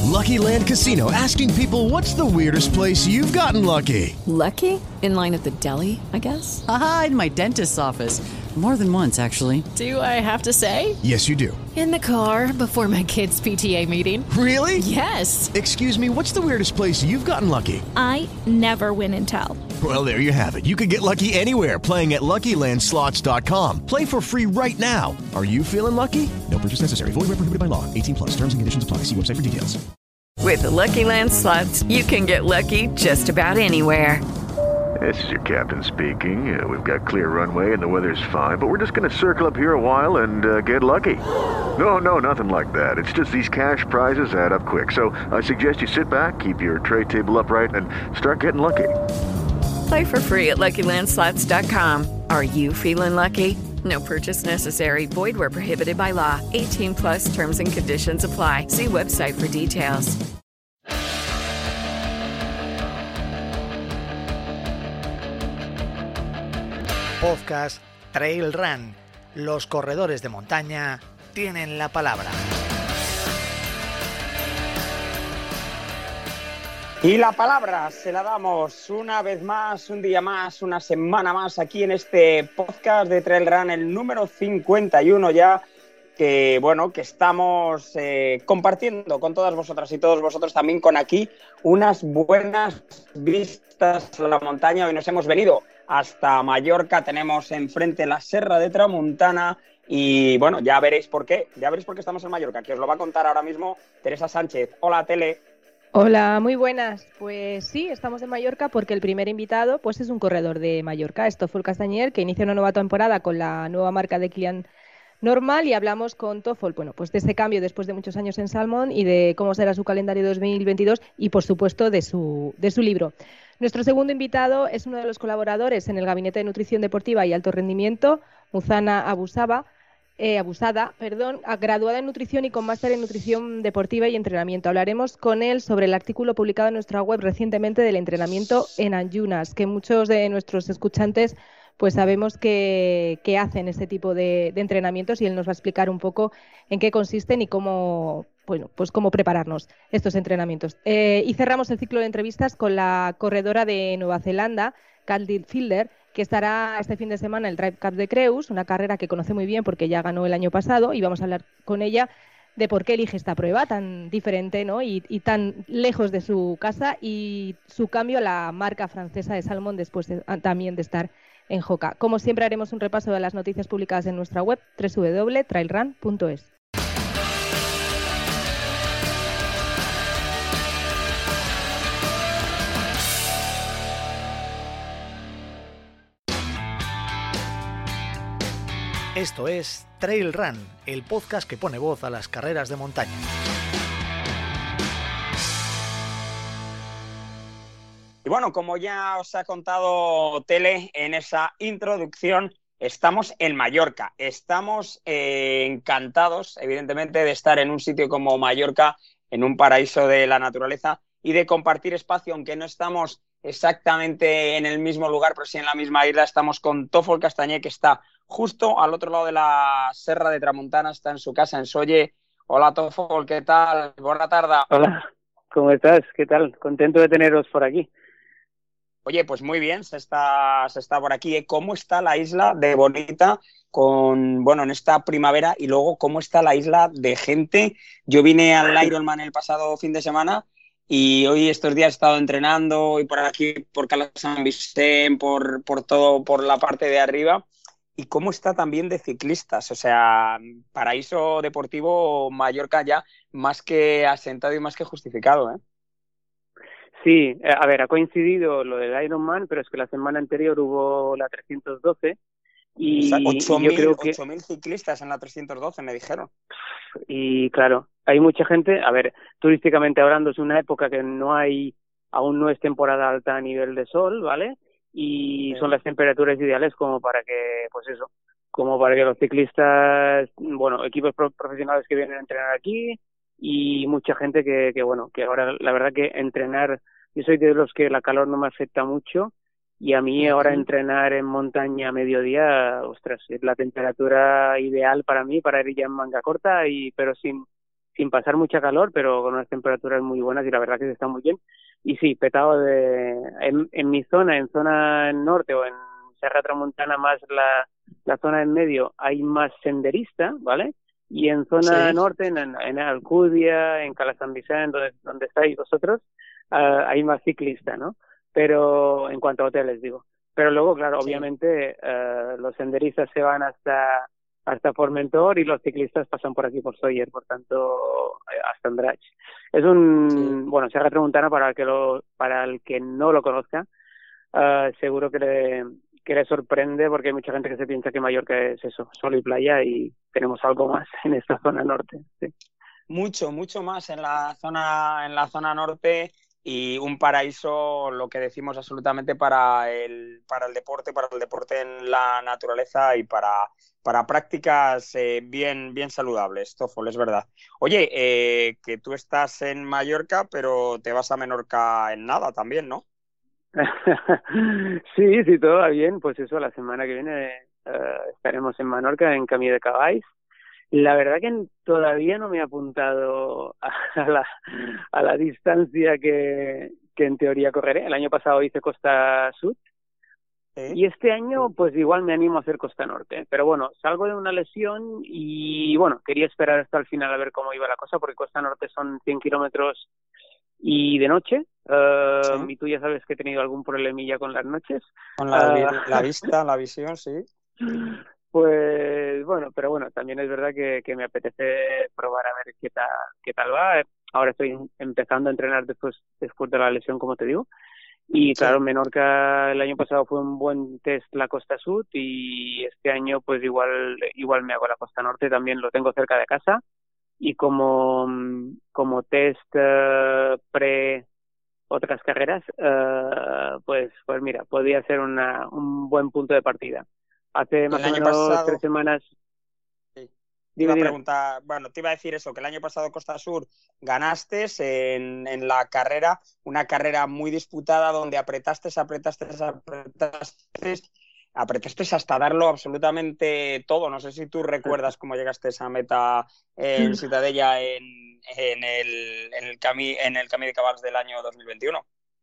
Lucky Land Casino, asking people, what's the weirdest place you've gotten lucky? Lucky? In line at the deli, I guess? Aha, in my dentist's office. More than once, actually. Do I have to say? Yes, you do. In the car before my kids' PTA meeting. Really? Yes. Excuse me, what's the weirdest place you've gotten lucky? I never win and tell. Well, there you have it. You can get lucky anywhere, playing at LuckyLandSlots.com. Play for free right now. Are you feeling lucky? No purchase necessary. Void where prohibited by law. 18 plus. Terms and conditions apply. See website for details. With the Lucky Land Slots, you can get lucky just about anywhere. This is your captain speaking. We've got clear runway and the weather's fine, but we're just going to circle up here a while and get lucky. No, nothing like that. It's just these cash prizes add up quick. So I suggest you sit back, keep your tray table upright, and start getting lucky. Play for free at LuckyLandSlots.com. Are you feeling lucky? No purchase necessary. Void where prohibited by law. 18 plus terms and conditions apply. See website for details. Podcast Trail Run. Los corredores de montaña tienen la palabra. Y la palabra se la damos una vez más, un día más, una semana más aquí en este podcast de Trail Run, el número 51 ya, que bueno, que estamos compartiendo con todas vosotras y todos vosotros también con aquí unas buenas vistas a la montaña. Hoy nos hemos venido hasta Mallorca, tenemos enfrente la Serra de Tramuntana y bueno, ya veréis por qué estamos en Mallorca, que os lo va a contar ahora mismo Teresa Sánchez. Hola, Tele. Hola, muy buenas. Pues sí, estamos en Mallorca porque el primer invitado pues es un corredor de Mallorca, Toffol Castañer, que inicia una nueva temporada con la nueva marca de Kilian Normal, y hablamos con Toffol, bueno, pues de ese cambio después de muchos años en Salmón y de cómo será su calendario 2022 y por supuesto de su libro. Nuestro segundo invitado es uno de los colaboradores en el Gabinete de Nutrición Deportiva y Alto Rendimiento, Muzana Abusada, graduada en nutrición y con máster en nutrición deportiva y entrenamiento. Hablaremos con él sobre el artículo publicado en nuestra web recientemente del entrenamiento en ayunas, que muchos de nuestros escuchantes pues sabemos que hacen este tipo de entrenamientos, y él nos va a explicar un poco en qué consisten y cómo prepararnos estos entrenamientos. Y cerramos el ciclo de entrevistas con la corredora de Nueva Zelanda, Candice Fielder, que estará este fin de semana en el Drive Cup de Creus, una carrera que conoce muy bien porque ya ganó el año pasado, y vamos a hablar con ella de por qué elige esta prueba tan diferente, ¿no? y tan lejos de su casa, y su cambio a la marca francesa de Salmón después también de estar en Hoka. Como siempre, haremos un repaso de las noticias publicadas en nuestra web www.trailrun.es. Esto es Trail Run, el podcast que pone voz a las carreras de montaña. Y bueno, como ya os ha contado Tele en esa introducción, estamos en Mallorca. Estamos encantados, evidentemente, de estar en un sitio como Mallorca, en un paraíso de la naturaleza, y de compartir espacio, aunque no estamos exactamente en el mismo lugar, pero sí en la misma isla. Estamos con Toffol Castañer, que está justo al otro lado de la Serra de Tramuntana, está en su casa en Solle. Hola, Toffol, ¿qué tal? Buena tarde. Hola, ¿cómo estás? ¿Qué tal? Contento de teneros por aquí. Oye, pues muy bien, se está por aquí. ¿Cómo está la isla de bonita en esta primavera? Y luego, ¿cómo está la isla de gente? Yo vine al Ironman el pasado fin de semana y hoy estos días he estado entrenando y por aquí, por Cala San Vicente, por todo, por la parte de arriba. ¿Y cómo está también de ciclistas? O sea, paraíso deportivo Mallorca ya más que asentado y más que justificado, ¿eh? Sí, a ver, ha coincidido lo del Ironman, pero es que la semana anterior hubo la 312 y, yo creo que 8.000 ciclistas en la 312, me dijeron. Y claro, hay mucha gente. A ver, turísticamente hablando, es una época que aún no es temporada alta a nivel de sol, ¿vale? Y son las temperaturas ideales como para que los ciclistas, equipos profesionales que vienen a entrenar aquí, y mucha gente que ahora la verdad que entrenar, yo soy de los que la calor no me afecta mucho, y a mí ahora entrenar en montaña a mediodía, ostras, es la temperatura ideal para mí, para ir ya en manga corta pero sin sin pasar mucha calor, pero con unas temperaturas muy buenas y la verdad que se está muy bien. Y sí, petado en mi zona, en zona norte o en Serra Tramuntana, más la zona en medio, hay más senderista, ¿vale? Y en zona norte, en Alcudia, en Cala San Vicente, donde estáis vosotros, hay más ciclista, ¿no? Pero en cuanto a hoteles, digo. Pero luego, claro, obviamente los senderistas se van hasta Formentor y los ciclistas pasan por aquí por Sóller, por tanto, hasta Andratx. Es bueno, Serra Tramuntana, para el que no lo conozca, seguro que le sorprende, porque hay mucha gente que se piensa que Mallorca es eso, sol y playa, y tenemos algo más en esta zona norte. Sí. Mucho más en la zona norte, y un paraíso, lo que decimos, absolutamente para el deporte en la naturaleza y para prácticas bien saludables, Tofol, es verdad. Oye, que tú estás en Mallorca, pero te vas a Menorca en nada también, ¿no? Sí, todo va bien. Pues eso, la semana que viene estaremos en Menorca, en Camí de Cavalls. La verdad que todavía no me he apuntado a la distancia que en teoría correré. El año pasado hice Costa Sud. Y este año pues igual me animo a hacer Costa Norte. Pero bueno, salgo de una lesión y bueno, quería esperar hasta el final a ver cómo iba la cosa, porque Costa Norte son 100 kilómetros y de noche. Y tú ya sabes que he tenido algún problemilla con las noches. Con la vista, la visión, sí. Pues bueno, pero bueno, también es verdad que me apetece probar a ver qué tal va. Ahora estoy empezando a entrenar después de la lesión, como te digo. Y claro, Menorca el año pasado fue un buen test la Costa Sud, y este año pues igual me hago la Costa Norte, también lo tengo cerca de casa. Y como test pre otras carreras, pues mira, podría ser un buen punto de partida. Hace más o menos 3 semanas. Sí. Te iba a decir eso, que el año pasado Costa Sur ganaste en la carrera, una carrera muy disputada donde apretaste hasta darlo absolutamente todo. No sé si tú recuerdas cómo llegaste a esa meta en Ciutadella en el Camí de Cavalls del año 2021.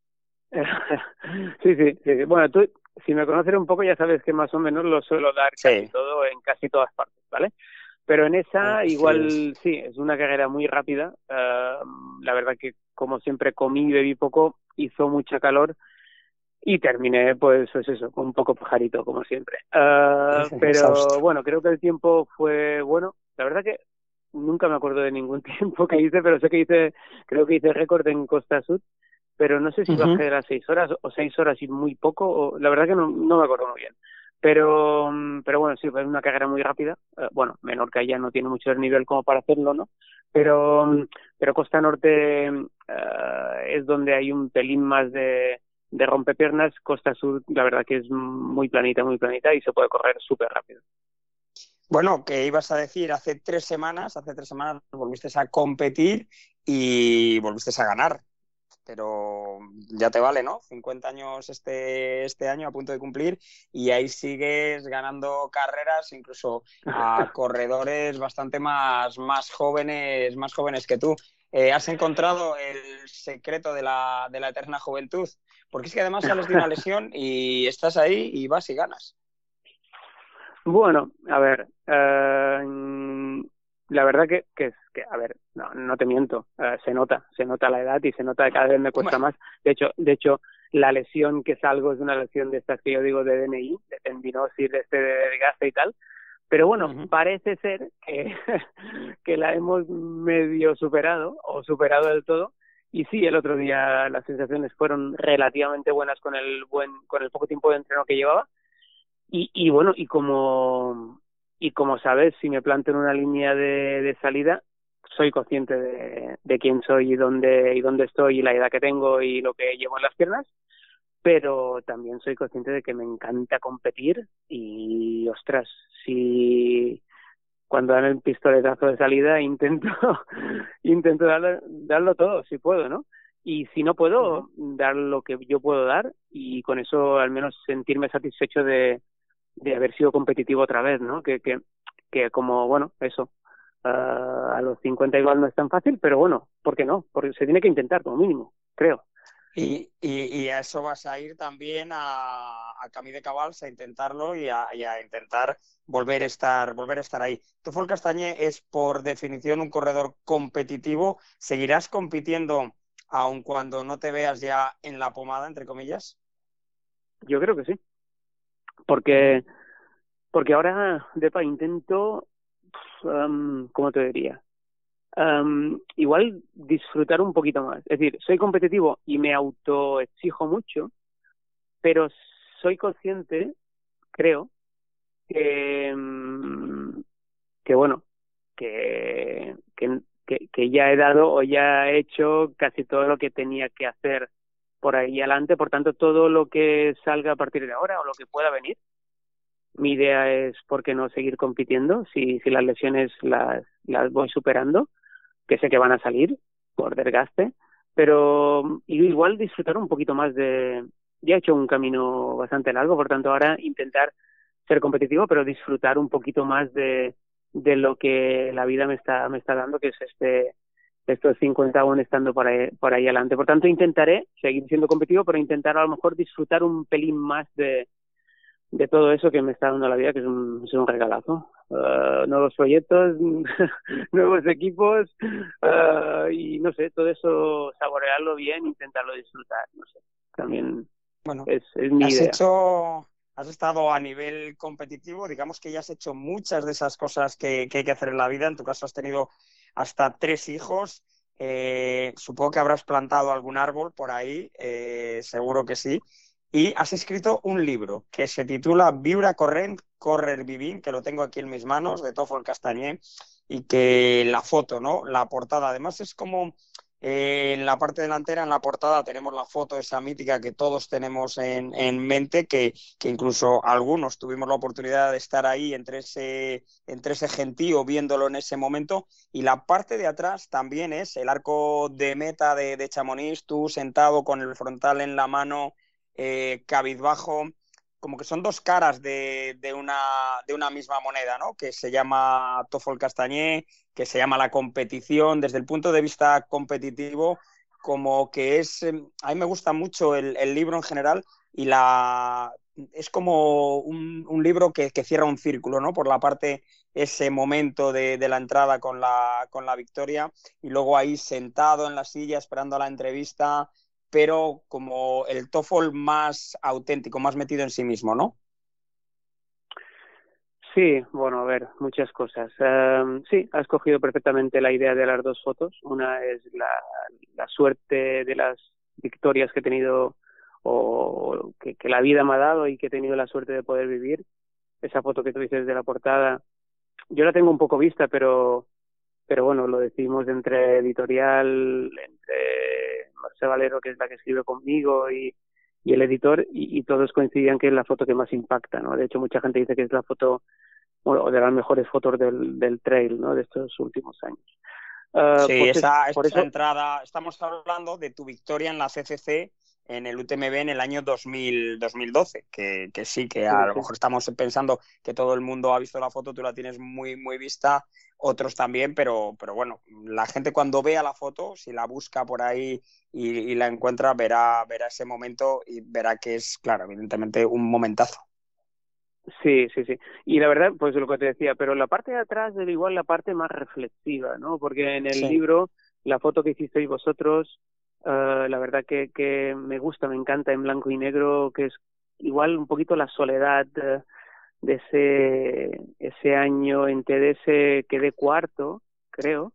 Sí. Bueno, tú, si me conoces un poco, ya sabes que más o menos lo suelo dar casi todo en casi todas partes, ¿vale? Pero en esa igual sí, es una carrera muy rápida. La verdad que, como siempre, comí y bebí poco, hizo mucha calor y terminé pues eso, con un poco pajarito, como siempre. Pero bueno, creo que el tiempo fue bueno. La verdad que nunca me acuerdo de ningún tiempo que hice, pero sé que creo que hice récord en Costa Sud, pero no sé si bajé de las 6 horas o 6 horas y muy poco, la verdad que no me acuerdo muy bien. Pero bueno, sí, fue una carrera muy rápida. Bueno, Menorca ya no tiene mucho nivel como para hacerlo, ¿no? Pero Costa Norte es donde hay un pelín más de rompepiernas. Costa Sur, la verdad que es muy planita y se puede correr súper rápido. Bueno, ¿qué ibas a decir? Hace 3 semanas volviste a competir y volviste a ganar. Pero ya te vale, ¿no? 50 años este año, a punto de cumplir, y ahí sigues ganando carreras, incluso a corredores bastante más jóvenes que tú. ¿Has encontrado el secreto de la eterna juventud? Porque es que además sales de una lesión y estás ahí y vas y ganas. Bueno, a ver, la verdad que a ver, no te miento, se nota la edad y se nota que cada vez me cuesta más. De hecho, la lesión que salgo es una lesión de estas que yo digo de DNI, de tendinosis, de desgaste y tal. Pero bueno, parece ser que la hemos medio superado del todo. Y sí, el otro día las sensaciones fueron relativamente buenas con el poco tiempo de entreno que llevaba. Y bueno, y como sabes, si me planto en una línea de salida, soy consciente de quién soy y dónde estoy y la edad que tengo y lo que llevo en las piernas, pero también soy consciente de que me encanta competir y, ostras, si cuando dan el pistoletazo de salida intento darlo todo, si puedo, ¿no? Y si no puedo, dar lo que yo puedo dar, y con eso al menos sentirme satisfecho de haber sido competitivo otra vez, ¿no? Que como, bueno, eso, A los 50 igual no es tan fácil, pero bueno, ¿por qué no? Porque se tiene que intentar como mínimo, creo. Y a eso vas a ir también a Camí de Cabals a intentarlo y a intentar volver a estar ahí. Toffol Castañé es por definición un corredor competitivo. ¿Seguirás compitiendo aun cuando no te veas ya en la pomada, entre comillas? Yo creo que sí. Porque ahora, Depa, intento, ¿cómo te diría? Igual disfrutar un poquito más. Es decir, soy competitivo y me autoexijo mucho, pero soy consciente, creo, que bueno, que ya he dado o ya he hecho casi todo lo que tenía que hacer por ahí adelante. Por tanto, todo lo que salga a partir de ahora o lo que pueda venir, mi idea es, ¿por qué no seguir compitiendo? Si las lesiones las voy superando, que sé que van a salir por desgaste, pero igual disfrutar un poquito más ya he hecho un camino bastante largo, por tanto ahora intentar ser competitivo, pero disfrutar un poquito más de lo que la vida me está dando, que es estos 50 aún estando por ahí adelante. Por tanto intentaré seguir siendo competitivo, pero intentar a lo mejor disfrutar un pelín más de todo eso que me está dando la vida, que es un regalazo. Nuevos proyectos, nuevos equipos, y no sé, todo eso saborearlo bien, intentarlo disfrutar, no sé. También bueno, es mi idea. Has estado a nivel competitivo, digamos que ya has hecho muchas de esas cosas que hay que hacer en la vida. En tu caso has tenido hasta 3 hijos. Supongo que habrás plantado algún árbol por ahí, seguro que sí. Y has escrito un libro que se titula Viure corrent, córrer vivint, que lo tengo aquí en mis manos, de Toffol Castañé, y que la foto, ¿no? La portada, además es como en la parte delantera, en la portada, tenemos la foto esa mítica que todos tenemos en mente, que incluso algunos tuvimos la oportunidad de estar ahí entre ese gentío viéndolo en ese momento. Y la parte de atrás también es el arco de meta de Chamonix, tú sentado con el frontal en la mano, cabizbajo, como que son 2 caras de una misma moneda, ¿no? Que se llama Toffol Castañé, que se llama la competición. Desde el punto de vista competitivo, como que es, a mí me gusta mucho el libro en general, y es como un libro que cierra un círculo, ¿no? Por la parte, ese momento de la entrada con la victoria, y luego ahí sentado en la silla esperando la entrevista, pero como el Toffol más auténtico, más metido en sí mismo, ¿no? Sí, bueno, a ver, muchas cosas. Sí, has cogido perfectamente la idea de las 2 fotos. Una es la suerte de las victorias que he tenido, o que la vida me ha dado y que he tenido la suerte de poder vivir. Esa foto que tú dices de la portada, yo la tengo un poco vista, pero bueno, lo decidimos entre editorial, entre Mercè Valero, que es la que escribe conmigo, y el editor, y todos coincidían que es la foto que más impacta, ¿no? De hecho, mucha gente dice que es la foto, o de las mejores fotos del trail, ¿no? De estos últimos años. Sí, pues esa eso, entrada, estamos hablando de tu victoria en la CCC en el UTMB en el año 2012, que sí, que a lo mejor estamos pensando que todo el mundo ha visto la foto, tú la tienes muy, muy vista, otros también, pero bueno, la gente cuando vea la foto, si la busca por ahí y la encuentra, verá ese momento y verá que es, claro, evidentemente un momentazo. Sí. Y la verdad, pues lo que te decía, pero la parte de atrás es igual la parte más reflexiva, ¿no? Porque en el libro, la foto que hicisteis vosotros, la verdad que me gusta, me encanta, en blanco y negro, que es igual un poquito la soledad de ese año en TDS. Quedé 4º, creo,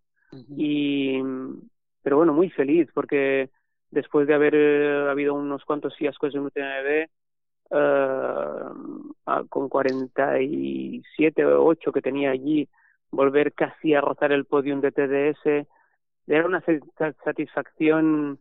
pero bueno, muy feliz, porque después de haber habido unos cuantos fiascos en UTMB, con 47 o 8 que tenía allí, volver casi a rozar el podium de TDS, era una satisfacción,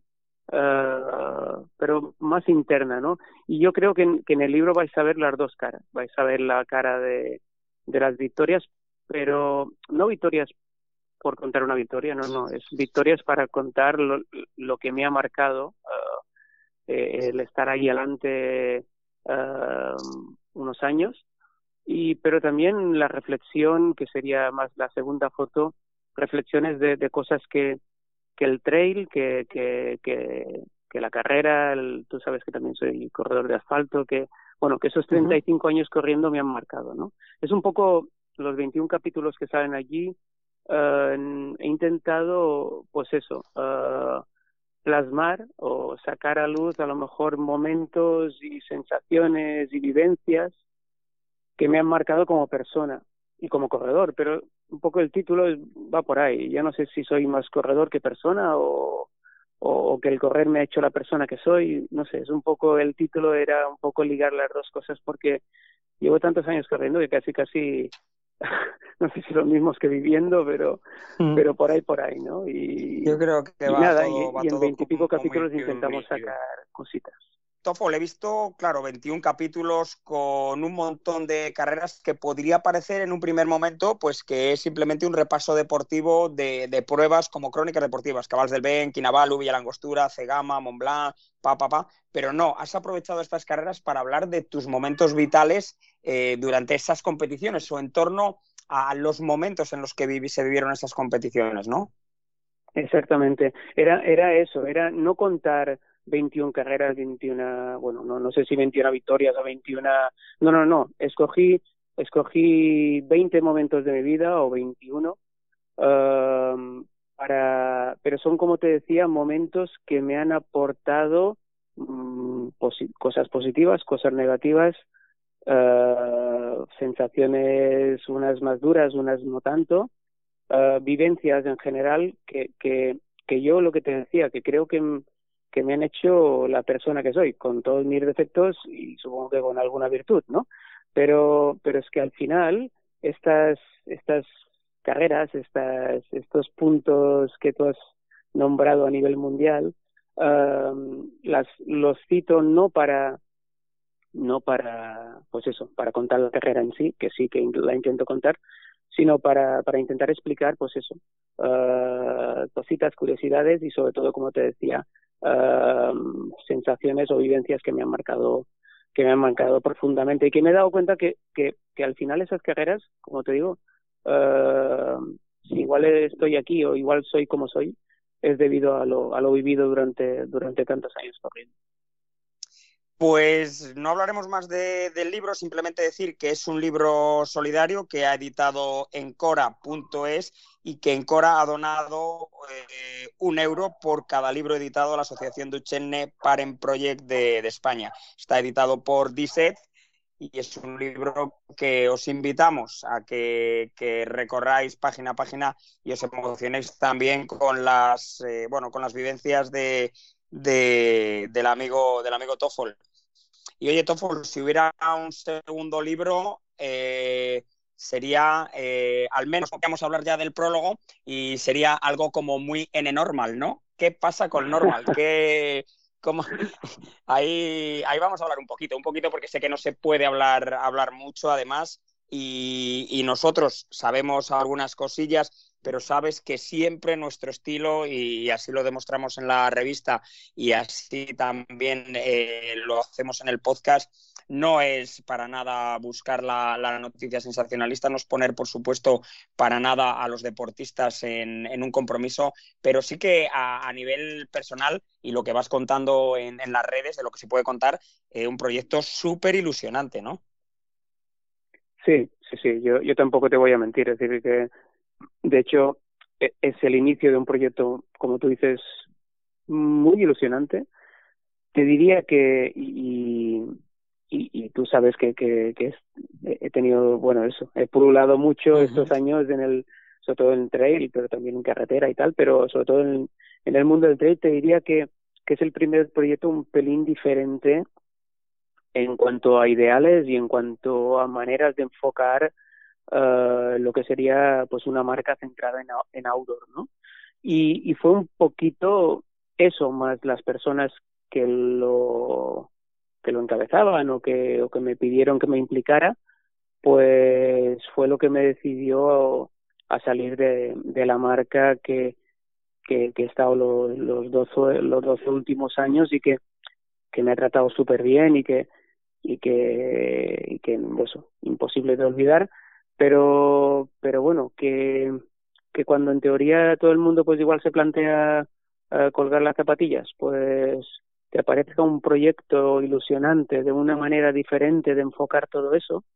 pero más interna, ¿no? Y yo creo que en el libro vais a ver las 2 caras. Vais a ver la cara de las victorias, pero no victorias por contar una victoria, no, es victorias para contar lo que me ha marcado, el estar ahí adelante unos años, pero también la reflexión, que sería más la segunda foto, reflexiones de cosas que el trail, que la carrera, tú sabes que también soy corredor de asfalto, que esos 35 años corriendo me han marcado, ¿no? Es un poco los 21 capítulos que salen allí. He intentado, pues eso, plasmar o sacar a luz a lo mejor momentos y sensaciones y vivencias que me han marcado como persona y como corredor, pero un poco el título va por ahí. Ya no sé si soy más corredor que persona o que el correr me ha hecho la persona que soy, no sé, es un poco, el título era un poco ligar las dos cosas, porque llevo tantos años corriendo que casi no sé si los mismos que viviendo, pero por ahí, ¿no? Y yo creo que y en 20 y pico capítulos intentamos sacar cositas. Toffol, he visto, claro, 21 capítulos con un montón de carreras que podría parecer en un primer momento pues que es simplemente un repaso deportivo de pruebas como crónicas deportivas, Cabals del Ben, Kinabalu, Villalangostura, Cegama, Montblanc, pero no, has aprovechado estas carreras para hablar de tus momentos vitales durante esas competiciones o en torno a los momentos en los que se vivieron esas competiciones, ¿no? Exactamente, era eso, era no contar 21 carreras, 21, bueno, no sé si 21 victorias o 21, no, escogí 20 momentos de mi vida o 21, pero son, como te decía, momentos que me han aportado cosas positivas, cosas negativas, sensaciones unas más duras, unas no tanto, vivencias en general que yo, lo que te decía, que creo que me han hecho la persona que soy, con todos mis defectos y supongo que con alguna virtud, ¿no? Pero es que al final estas carreras, estos puntos que tú has nombrado a nivel mundial, los cito no para pues eso, para contar la carrera en sí, que sí que la intento contar, sino para intentar explicar, pues eso, cositas, curiosidades y sobre todo, como te decía, sensaciones o vivencias que me han marcado profundamente y que me he dado cuenta que al final esas carreras, como te digo, si igual estoy aquí o igual soy como soy, es debido a lo vivido durante tantos años corriendo. Pues no hablaremos más del libro, simplemente decir que es un libro solidario que ha editado Encora.es y que Encora ha donado €1 por cada libro editado a la Asociación Duchenne Parent Project de España. Está editado por Disset y es un libro que os invitamos a que recorráis página a página y os emocionéis también con las vivencias del amigo Toffol. Y oye, Toffol, si hubiera un segundo libro, sería, al menos podríamos hablar ya del prólogo, y sería algo como muy N-Normal, ¿no? ¿Qué pasa con Normal? Ahí vamos a hablar un poquito, porque sé que no se puede hablar mucho, además, y nosotros sabemos algunas cosillas, pero sabes que siempre nuestro estilo, y así lo demostramos en la revista y así también lo hacemos en el podcast, no es para nada buscar la noticia sensacionalista, no es poner, por supuesto, para nada a los deportistas en un compromiso, pero sí que a nivel personal, y lo que vas contando en las redes, de lo que se puede contar, un proyecto súper ilusionante, ¿no? Sí, yo tampoco te voy a mentir, es decir, que de hecho es el inicio de un proyecto, como tú dices, muy ilusionante. Te diría que, y tú sabes que he tenido, he pululado mucho estos años sobre todo en trail, pero también en carretera y tal, pero sobre todo en el mundo del trail, te diría que es el primer proyecto un pelín diferente en cuanto a ideales y en cuanto a maneras de enfocar lo que sería pues una marca centrada en outdoor, ¿no? Y fue un poquito eso, más las personas que lo encabezaban o que me pidieron que me implicara, pues fue lo que me decidió a salir de la marca que he estado los 12 últimos años y que me ha tratado súper bien y que y que eso, imposible de olvidar, pero bueno, que cuando en teoría todo el mundo pues igual se plantea colgar las zapatillas, pues te aparezca un proyecto ilusionante de una manera diferente de enfocar todo eso,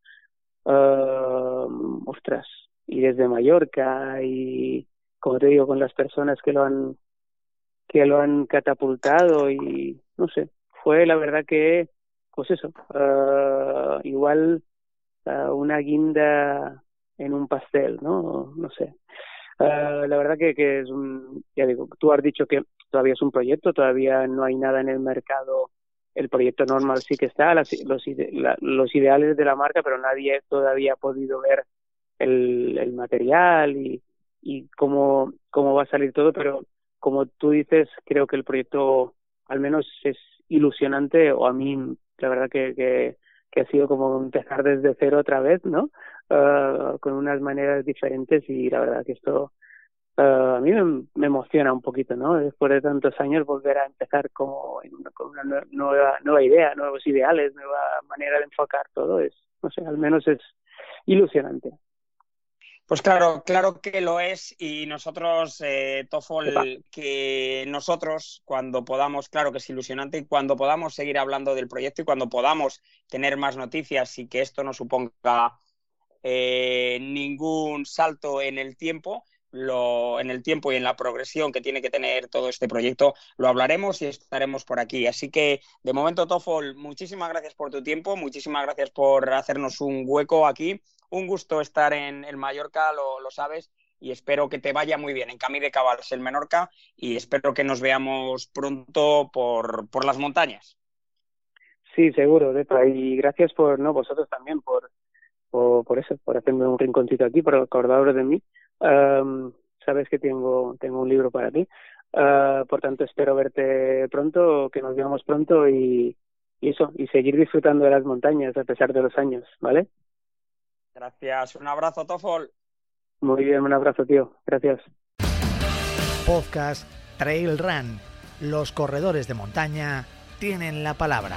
ostras, y desde Mallorca y como te digo, con las personas que lo han catapultado y no sé, fue la verdad que pues eso, igual una guinda en un pastel, no sé. La verdad que es ya digo, tú has dicho que todavía es un proyecto, todavía no hay nada en el mercado. El proyecto normal sí que está, los ideales de la marca, pero nadie todavía ha podido ver el material y cómo va a salir todo, pero como tú dices, creo que el proyecto al menos es ilusionante, o a mí la verdad que ha sido como empezar desde cero otra vez, ¿no? Con unas maneras diferentes, y la verdad que esto a mí me emociona un poquito, ¿no? Después de tantos años volver a empezar con una nueva idea, nuevos ideales, nueva manera de enfocar todo, no sé, al menos es ilusionante. Pues claro que lo es, y nosotros, Toffol, que nosotros cuando podamos, claro que es ilusionante, y cuando podamos seguir hablando del proyecto y cuando podamos tener más noticias y que esto no suponga ningún salto en el tiempo, y en la progresión que tiene que tener todo este proyecto, lo hablaremos y estaremos por aquí. Así que, de momento, Toffol, muchísimas gracias por tu tiempo, muchísimas gracias por hacernos un hueco aquí. Un gusto estar en Mallorca, lo sabes, y espero que te vaya muy bien en Camí de Cabals, en Menorca, y espero que nos veamos pronto por las montañas. Sí, seguro, Depa, y gracias vosotros también por eso, por hacerme un rinconcito aquí, por acordaros de mí. Sabes que tengo un libro para ti, por tanto espero verte pronto, que nos veamos pronto y seguir disfrutando de las montañas a pesar de los años, ¿vale? Gracias, un abrazo, Toffol. Muy bien, un abrazo, tío, gracias. Podcast Trail Run. Los corredores de montaña tienen la palabra.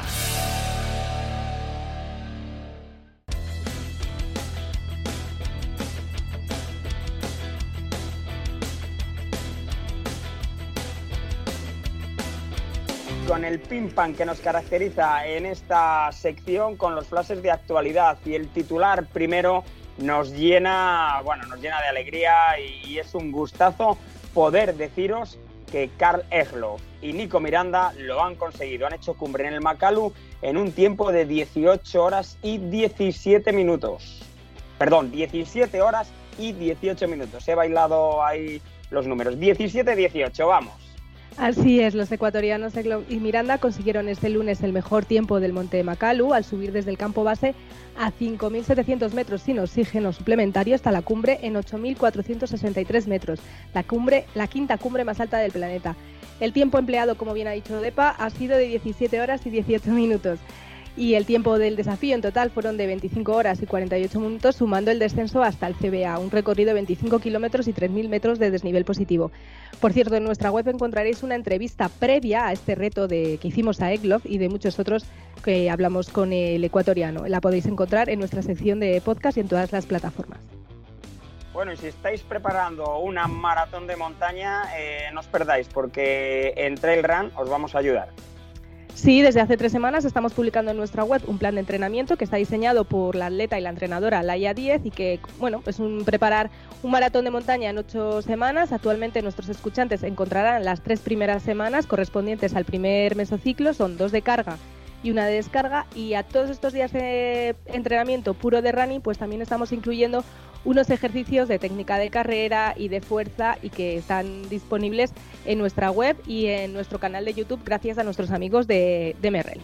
Con el pim pam que nos caracteriza en esta sección, con los flashes de actualidad, y el titular primero nos llena de alegría, y es un gustazo poder deciros que Karl Egloff y Nico Miranda lo han conseguido. Han hecho cumbre en el Makalu en un tiempo de 18 horas y 17 minutos. Perdón, 17 horas y 18 minutos. He bailado ahí los números. 17-18, vamos. Así es, los ecuatorianos Egloff y Miranda consiguieron este lunes el mejor tiempo del monte Makalu al subir desde el campo base a 5.700 metros sin oxígeno suplementario hasta la cumbre en 8.463 metros, la quinta cumbre más alta del planeta. El tiempo empleado, como bien ha dicho Depa, ha sido de 17 horas y 18 minutos. Y el tiempo del desafío en total fueron de 25 horas y 48 minutos, sumando el descenso hasta el CBA, un recorrido de 25 kilómetros y 3.000 metros de desnivel positivo. Por cierto, en nuestra web encontraréis una entrevista previa a este reto que hicimos a Egloff y de muchos otros que hablamos con el ecuatoriano. La podéis encontrar en nuestra sección de podcast y en todas las plataformas. Bueno, y si estáis preparando una maratón de montaña, no os perdáis, porque en Trail Run os vamos a ayudar. Sí, desde hace 3 semanas estamos publicando en nuestra web un plan de entrenamiento que está diseñado por la atleta y la entrenadora Laia Díez y que, es preparar un maratón de montaña en 8 semanas. Actualmente nuestros escuchantes encontrarán las 3 primeras semanas correspondientes al primer mesociclo, son 2 de carga y 1 de descarga, y a todos estos días de entrenamiento puro de running, pues también estamos incluyendo unos ejercicios de técnica de carrera y de fuerza, y que están disponibles en nuestra web y en nuestro canal de YouTube gracias a nuestros amigos de Merrell.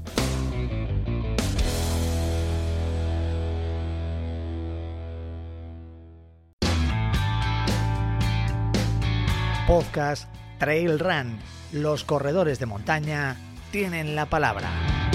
Podcast Trail Run. Los corredores de montaña tienen la palabra.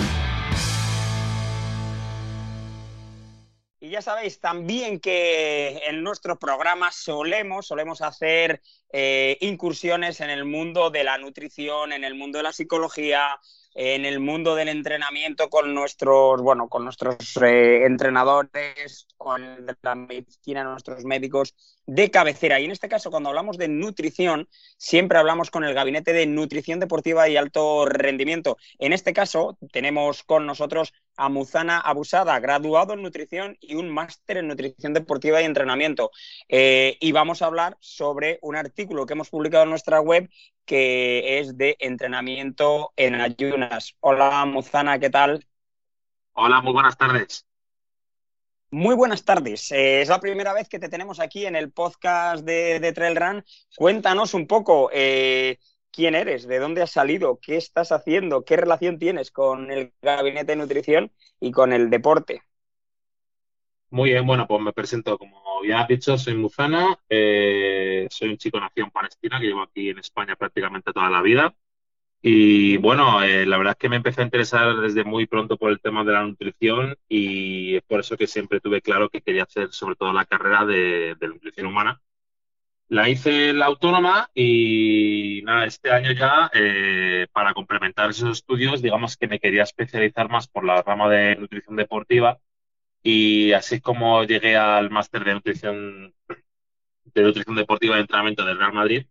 Y ya sabéis también que en nuestro programa solemos hacer incursiones en el mundo de la nutrición, en el mundo de la psicología, en el mundo del entrenamiento con nuestros entrenadores, con la medicina, nuestros médicos de cabecera. Y en este caso, cuando hablamos de nutrición, siempre hablamos con el Gabinete de Nutrición Deportiva y Alto Rendimiento. En este caso, tenemos con nosotros a Muzana Abusada, graduado en nutrición y un máster en nutrición deportiva y entrenamiento. Y vamos a hablar sobre un artículo que hemos publicado en nuestra web que es de entrenamiento en ayunas. Hola, Muzana, ¿qué tal? Hola, muy buenas tardes. Muy buenas tardes. Es la primera vez que te tenemos aquí en el podcast de Trail Run. Cuéntanos un poco quién eres, de dónde has salido, qué estás haciendo, qué relación tienes con el Gabinete de Nutrición y con el deporte. Muy bien, bueno, pues me presento. Como ya has dicho, soy Muzana, soy un chico nacido en Palestina que llevo aquí en España prácticamente toda la vida. Y bueno, la verdad es que me empecé a interesar desde muy pronto por el tema de la nutrición y es por eso que siempre tuve claro que quería hacer sobre todo la carrera de nutrición humana. La hice en la autónoma y nada, este año ya, para complementar esos estudios, digamos que me quería especializar más por la rama de nutrición deportiva y así es como llegué al máster de nutrición deportiva y entrenamiento del Real Madrid.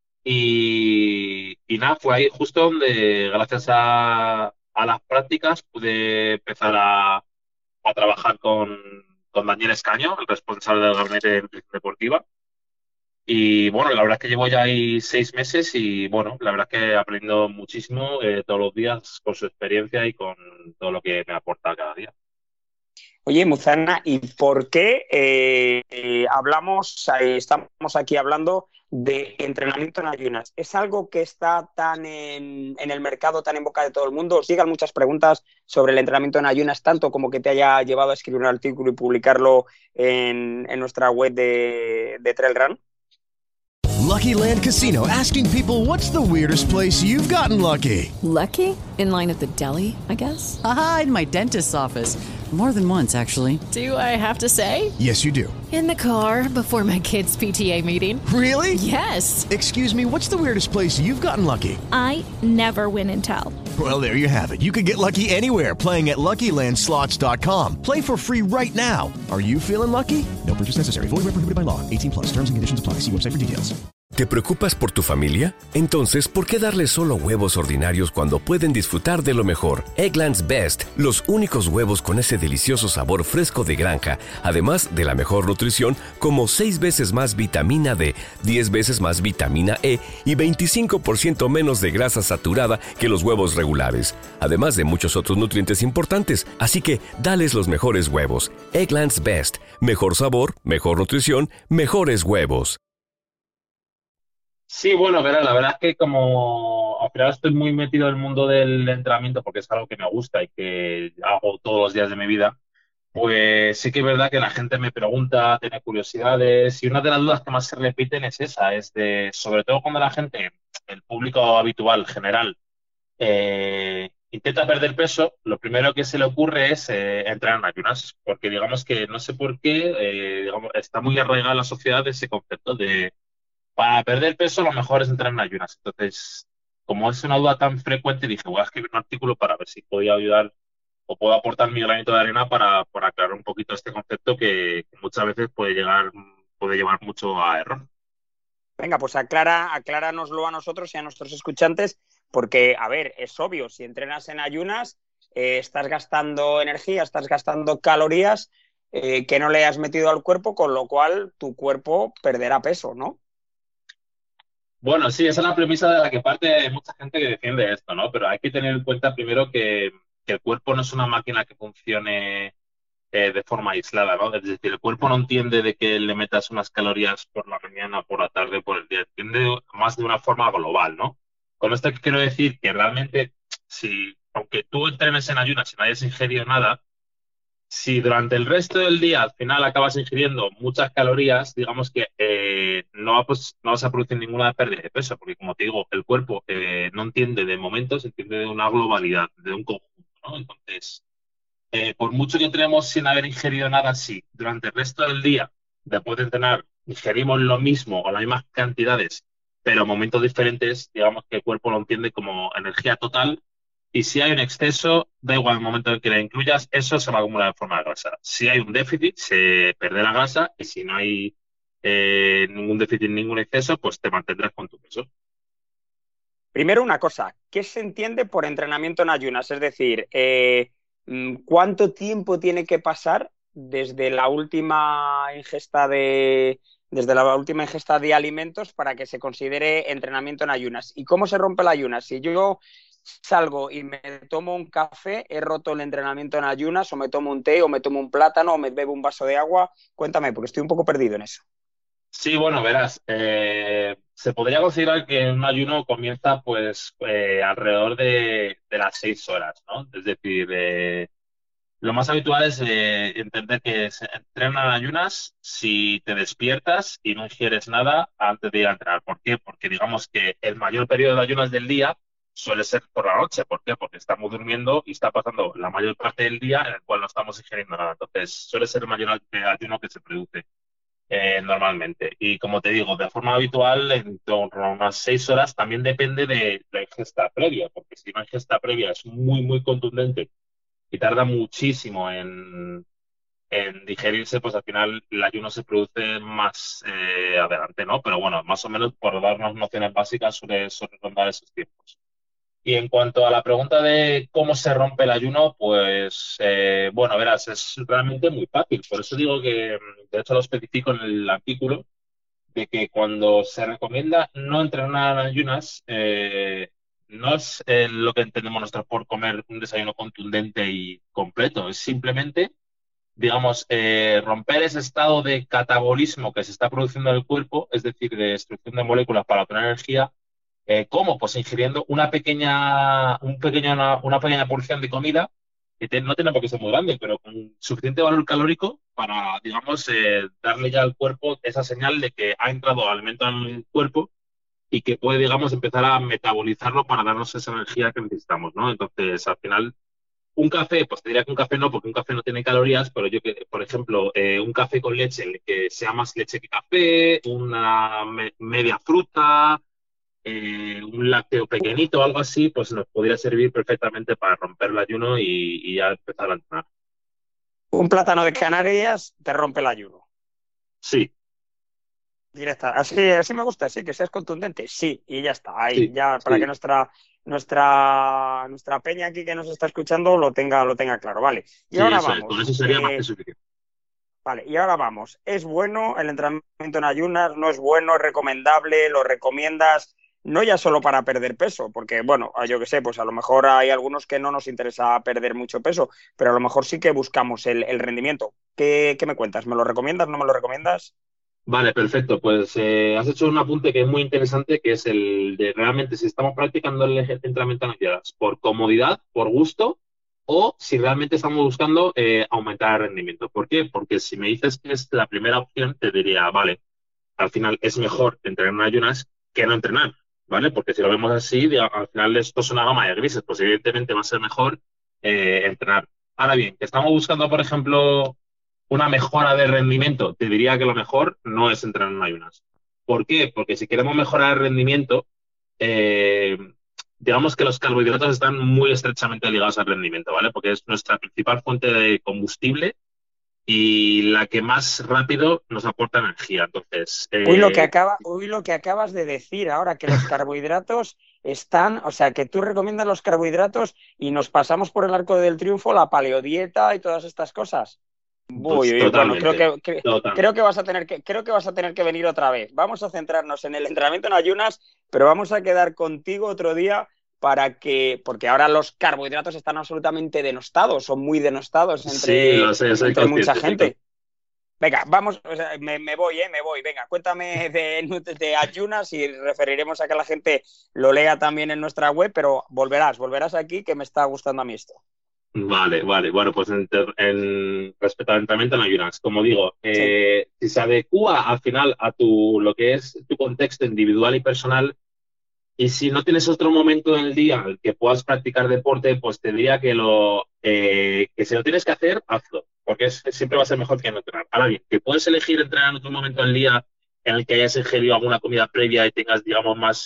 Y nada, fue ahí justo donde, gracias a las prácticas, pude empezar a trabajar con Daniel Escaño, el responsable del gabinete de nutrición deportiva. Y bueno, la verdad es que llevo ya ahí 6 meses y bueno, la verdad es que aprendo muchísimo todos los días con su experiencia y con todo lo que me aporta cada día. Oye, Muzana, ¿y por qué estamos aquí hablando de entrenamiento en ayunas? ¿Es algo que está tan en el mercado, tan en boca de todo el mundo? ¿Os llegan muchas preguntas sobre el entrenamiento en ayunas, tanto como que te haya llevado a escribir un artículo y publicarlo en nuestra web de Trail Run? Lucky Land Casino, asking people, what's the weirdest place you've gotten lucky? Lucky? In line at the deli, I guess? Aha, in my dentist's office. More than once, actually. Do I have to say? Yes, you do. In the car before my kids' PTA meeting. Really? Yes. Excuse me, what's the weirdest place you've gotten lucky? I never win and tell. Well, there you have it. You can get lucky anywhere, playing at LuckyLandSlots.com. Play for free right now. Are you feeling lucky? No purchase necessary. Void where prohibited by law. 18+. Terms and conditions apply. See website for details. ¿Te preocupas por tu familia? Entonces, ¿por qué darles solo huevos ordinarios cuando pueden disfrutar de lo mejor? Eggland's Best, los únicos huevos con ese delicioso sabor fresco de granja, además de la mejor nutrición, como 6 veces más vitamina D, 10 veces más vitamina E y 25% menos de grasa saturada que los huevos regulares, además de muchos otros nutrientes importantes. Así que, dales los mejores huevos. Eggland's Best, mejor sabor, mejor nutrición, mejores huevos. Sí, bueno, verá, la verdad es que como al final estoy muy metido en el mundo del entrenamiento porque es algo que me gusta y que hago todos los días de mi vida, pues sí que es verdad que la gente me pregunta, tiene curiosidades y una de las dudas que más se repiten es esa, sobre todo cuando la gente, el público habitual, general, intenta perder peso, lo primero que se le ocurre es entrenar en ayunas, porque digamos que no sé por qué, digamos, está muy arraigada en la sociedad ese concepto de para perder peso lo mejor es entrenar en ayunas. Entonces, como es una duda tan frecuente, dije, voy a escribir un artículo para ver si podía ayudar o puedo aportar mi granito de arena para aclarar un poquito este concepto que muchas veces puede llevar mucho a error. Venga, pues acláranoslo a nosotros y a nuestros escuchantes, porque, a ver, es obvio, si entrenas en ayunas, estás gastando energía, estás gastando calorías que no le has metido al cuerpo, con lo cual tu cuerpo perderá peso, ¿no? Bueno, sí, esa es la premisa de la que parte mucha gente que defiende esto, ¿no? Pero hay que tener en cuenta primero que el cuerpo no es una máquina que funcione de forma aislada, ¿no? Es decir, el cuerpo no entiende de que le metas unas calorías por la mañana, por la tarde, por el día. Entiende más de una forma global, ¿no? Con esto quiero decir que realmente, aunque tú entrenes en ayunas y no hayas ingerido nada, si durante el resto del día al final acabas ingiriendo muchas calorías, digamos que no vas a producir ninguna pérdida de peso, porque como te digo, el cuerpo no entiende de momentos, entiende de una globalidad, de un conjunto, ¿no? Entonces, por mucho que entrenemos sin haber ingerido nada, sí, durante el resto del día, después de entrenar, ingerimos lo mismo o las mismas cantidades, pero momentos diferentes, digamos que el cuerpo lo entiende como energía total y si hay un exceso, da igual el momento en que la incluyas, eso se va a acumular en forma de grasa. Si hay un déficit, se perderá grasa, y si no hay ningún déficit, ningún exceso, pues te mantendrás con tu peso. Primero una cosa, ¿qué se entiende por entrenamiento en ayunas? Es decir, ¿cuánto tiempo tiene que pasar desde la última ingesta de alimentos para que se considere entrenamiento en ayunas? ¿Y cómo se rompe el ayunas? Si yo salgo y me tomo un café, he roto el entrenamiento en ayunas, o me tomo un té, o me tomo un plátano, o me bebo un vaso de agua. Cuéntame, porque estoy un poco perdido en eso. Sí, bueno, verás, se podría considerar que un ayuno comienza pues alrededor de las 6 horas, ¿no? Es decir, lo más habitual es entender que se entrenan ayunas si te despiertas y no ingieres nada antes de ir a entrenar. ¿Por qué? Porque digamos que el mayor periodo de ayunas del día suele ser por la noche. ¿Por qué? Porque estamos durmiendo y está pasando la mayor parte del día en el cual no estamos ingiriendo nada. Entonces, suele ser el mayor ayuno que se produce normalmente. Y como te digo, de forma habitual, en torno a unas 6 horas, también depende de la ingesta previa, porque si una ingesta previa es muy, muy contundente y tarda muchísimo en digerirse, pues al final el ayuno se produce más adelante, ¿no? Pero bueno, más o menos por darnos nociones básicas suele rondar esos tiempos. Y en cuanto a la pregunta de cómo se rompe el ayuno, pues bueno, verás, es realmente muy fácil. Por eso digo que, de hecho lo especifico en el artículo, de que cuando se recomienda no entrenar en ayunas, no es lo que entendemos nosotros por comer un desayuno contundente y completo, es simplemente, digamos, romper ese estado de catabolismo que se está produciendo en el cuerpo, es decir, de destrucción de moléculas para obtener energía. ¿Cómo? Pues ingiriendo una pequeña porción de comida, que no tiene por qué ser muy grande, pero con suficiente valor calórico para, digamos, darle ya al cuerpo esa señal de que ha entrado alimento en el cuerpo y que puede, digamos, empezar a metabolizarlo para darnos esa energía que necesitamos, ¿no? Entonces, al final, un café, pues te diría que un café no, porque un café no tiene calorías, pero yo que, por ejemplo, un café con leche, que sea más leche que café, una media fruta, un lácteo pequeñito o algo así, pues nos podría servir perfectamente para romper el ayuno y ya empezar a entrenar. Un plátano de Canarias te rompe el ayuno. Sí. Directa. Así me gusta, sí, que seas contundente. Sí, y ya está. Ahí, Sí, ya para sí. que nuestra peña aquí que nos está escuchando lo tenga claro. Vale. Y Sí, ahora eso es. Con vamos. eso sería más que suficiente. Vale, y ahora vamos. ¿Es bueno el entrenamiento en ayunas? ¿No es bueno? ¿Es recomendable? ¿Lo recomiendas? No ya solo para perder peso, porque, bueno, yo que sé, pues a lo mejor hay algunos que no nos interesa perder mucho peso, pero a lo mejor sí que buscamos el rendimiento. ¿Qué me cuentas? ¿Me lo recomiendas? ¿No me lo recomiendas? Vale, perfecto. Pues has hecho un apunte que es muy interesante, que es el de realmente si estamos practicando el entrenamiento en ayunas por comodidad, por gusto, o si realmente estamos buscando aumentar el rendimiento. ¿Por qué? Porque si me dices que es la primera opción, te diría, vale, al final es mejor entrenar en ayunas que no entrenar, ¿vale? Porque si lo vemos así, al final esto es una gama de grises, pues evidentemente va a ser mejor entrenar. Ahora bien, que estamos buscando, por ejemplo, una mejora de rendimiento, te diría que lo mejor no es entrenar en ayunas. ¿Por qué? Porque si queremos mejorar el rendimiento, eh, digamos que los carbohidratos están muy estrechamente ligados al rendimiento, ¿vale? Porque es nuestra principal fuente de combustible y la que más rápido nos aporta energía. Entonces, Uy, lo que acabas de decir ahora, que los carbohidratos están, o sea, que tú recomiendas los carbohidratos y nos pasamos por el arco del triunfo, la paleodieta y todas estas cosas. pues, Uy, bueno, totalmente. creo que vas a tener que venir otra vez. Vamos a centrarnos en el entrenamiento en ayunas, pero vamos a quedar contigo otro día porque ahora los carbohidratos están absolutamente denostados, son muy denostados Sí, lo sé, soy entre mucha consciente. gente. Venga, vamos, o sea, me voy. Venga, cuéntame de ayunas y referiremos a que la gente lo lea también en nuestra web, pero volverás aquí, que me está gustando a mí esto. Vale. Bueno, pues respecto al entrenamiento en ayunas, como digo, si se adecua al final a lo que es tu contexto individual y personal, y si no tienes otro momento en el día al que puedas practicar deporte, pues te diría que si lo tienes que hacer, hazlo, porque siempre va a ser mejor que no entrenar. Ahora bien, que puedes elegir entrenar en otro momento del día en el que hayas ingerido alguna comida previa y tengas, digamos, más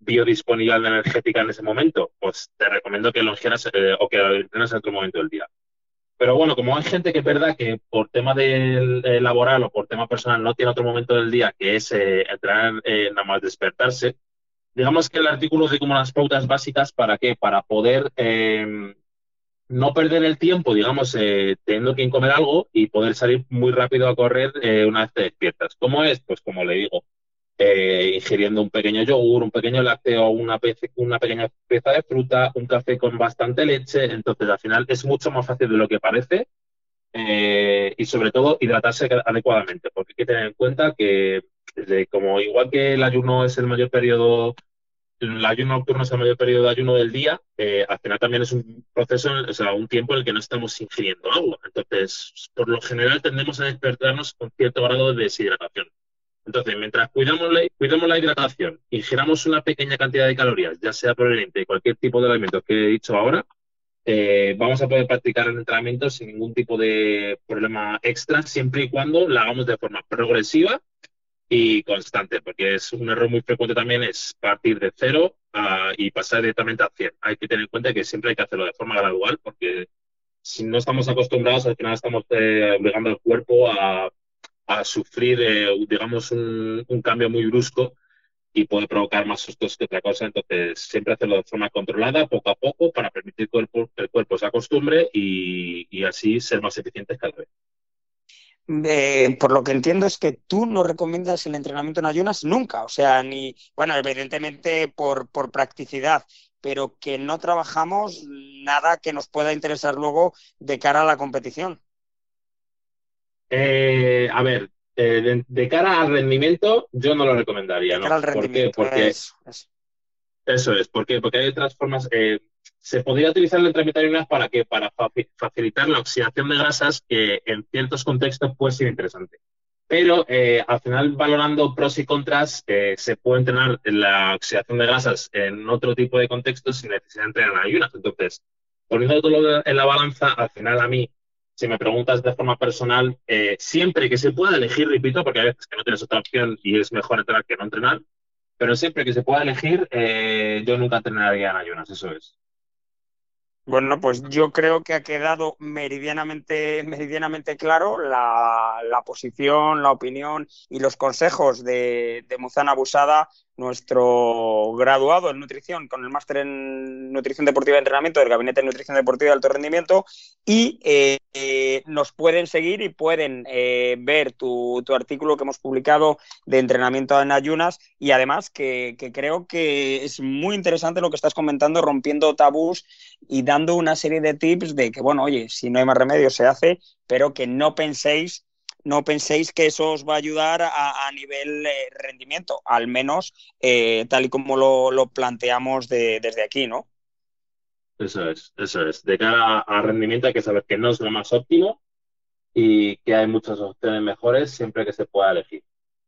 biodisponibilidad energética en ese momento, pues te recomiendo que lo ingieras o que lo entrenes en otro momento del día. Pero bueno, como hay gente que es verdad que por tema laboral o por tema personal no tiene otro momento del día que es entrenar nada más despertarse, digamos que el artículo dice como unas pautas básicas para qué, para poder no perder el tiempo, digamos, teniendo que comer algo y poder salir muy rápido a correr una vez te despiertas. ¿Cómo es? Pues como le digo, ingiriendo un pequeño yogur, un pequeño lácteo, una pequeña pieza de fruta, un café con bastante leche. Entonces, al final es mucho más fácil de lo que parece y sobre todo hidratarse adecuadamente, porque hay que tener en cuenta que como igual que el ayuno es el mayor periodo, el ayuno nocturno es el mayor periodo de ayuno del día, al final también es un proceso, o sea, un tiempo en el que no estamos ingiriendo agua. Entonces, por lo general tendemos a despertarnos con cierto grado de deshidratación. Entonces, mientras cuidamos la hidratación, ingiramos una pequeña cantidad de calorías, ya sea proveniente de cualquier tipo de alimentos que he dicho ahora, vamos a poder practicar el entrenamiento sin ningún tipo de problema extra, siempre y cuando la hagamos de forma progresiva y constante, porque es un error muy frecuente también es partir de cero y pasar directamente a 100. Hay que tener en cuenta que siempre hay que hacerlo de forma gradual, porque si no estamos acostumbrados, al final estamos obligando al cuerpo a sufrir, digamos, un cambio muy brusco y puede provocar más sustos que otra cosa. Entonces, siempre hacerlo de forma controlada, poco a poco, para permitir que el cuerpo se acostumbre y así ser más eficientes cada vez. Por lo que entiendo es que tú no recomiendas el entrenamiento en ayunas nunca, o sea, ni, bueno, evidentemente por practicidad, pero que no trabajamos nada que nos pueda interesar luego de cara a la competición. A ver, de cara al rendimiento, yo no lo recomendaría, De cara al rendimiento, ¿por qué? Eso es, ¿por qué? Porque hay otras formas. Se podría utilizar el entrenamiento de ayunas para qué, para facilitar la oxidación de grasas, que en ciertos contextos puede ser interesante. Pero al final, valorando pros y contras, se puede entrenar la oxidación de grasas en otro tipo de contextos sin necesidad de entrenar en ayunas. Entonces, poniendo todo en la balanza, al final a mí, si me preguntas de forma personal, siempre que se pueda elegir, repito, porque hay veces que no tienes otra opción y es mejor entrenar que no entrenar, pero siempre que se pueda elegir, yo nunca entrenaría en ayunas, eso es. Bueno, pues yo creo que ha quedado meridianamente claro la posición, la opinión y los consejos de Muzan Abusada, nuestro graduado en nutrición con el máster en nutrición deportiva y entrenamiento del Gabinete de Nutrición Deportiva de Alto Rendimiento, y nos pueden seguir y pueden ver tu artículo que hemos publicado de entrenamiento en ayunas, y además que creo que es muy interesante lo que estás comentando, rompiendo tabús y dando una serie de tips de que, bueno, oye, si no hay más remedio se hace, pero que no penséis que eso os va a ayudar a nivel rendimiento, al menos tal y como lo planteamos desde aquí, ¿no? Eso es. De cara a rendimiento hay que saber que no es lo más óptimo y que hay muchas opciones mejores siempre que se pueda elegir.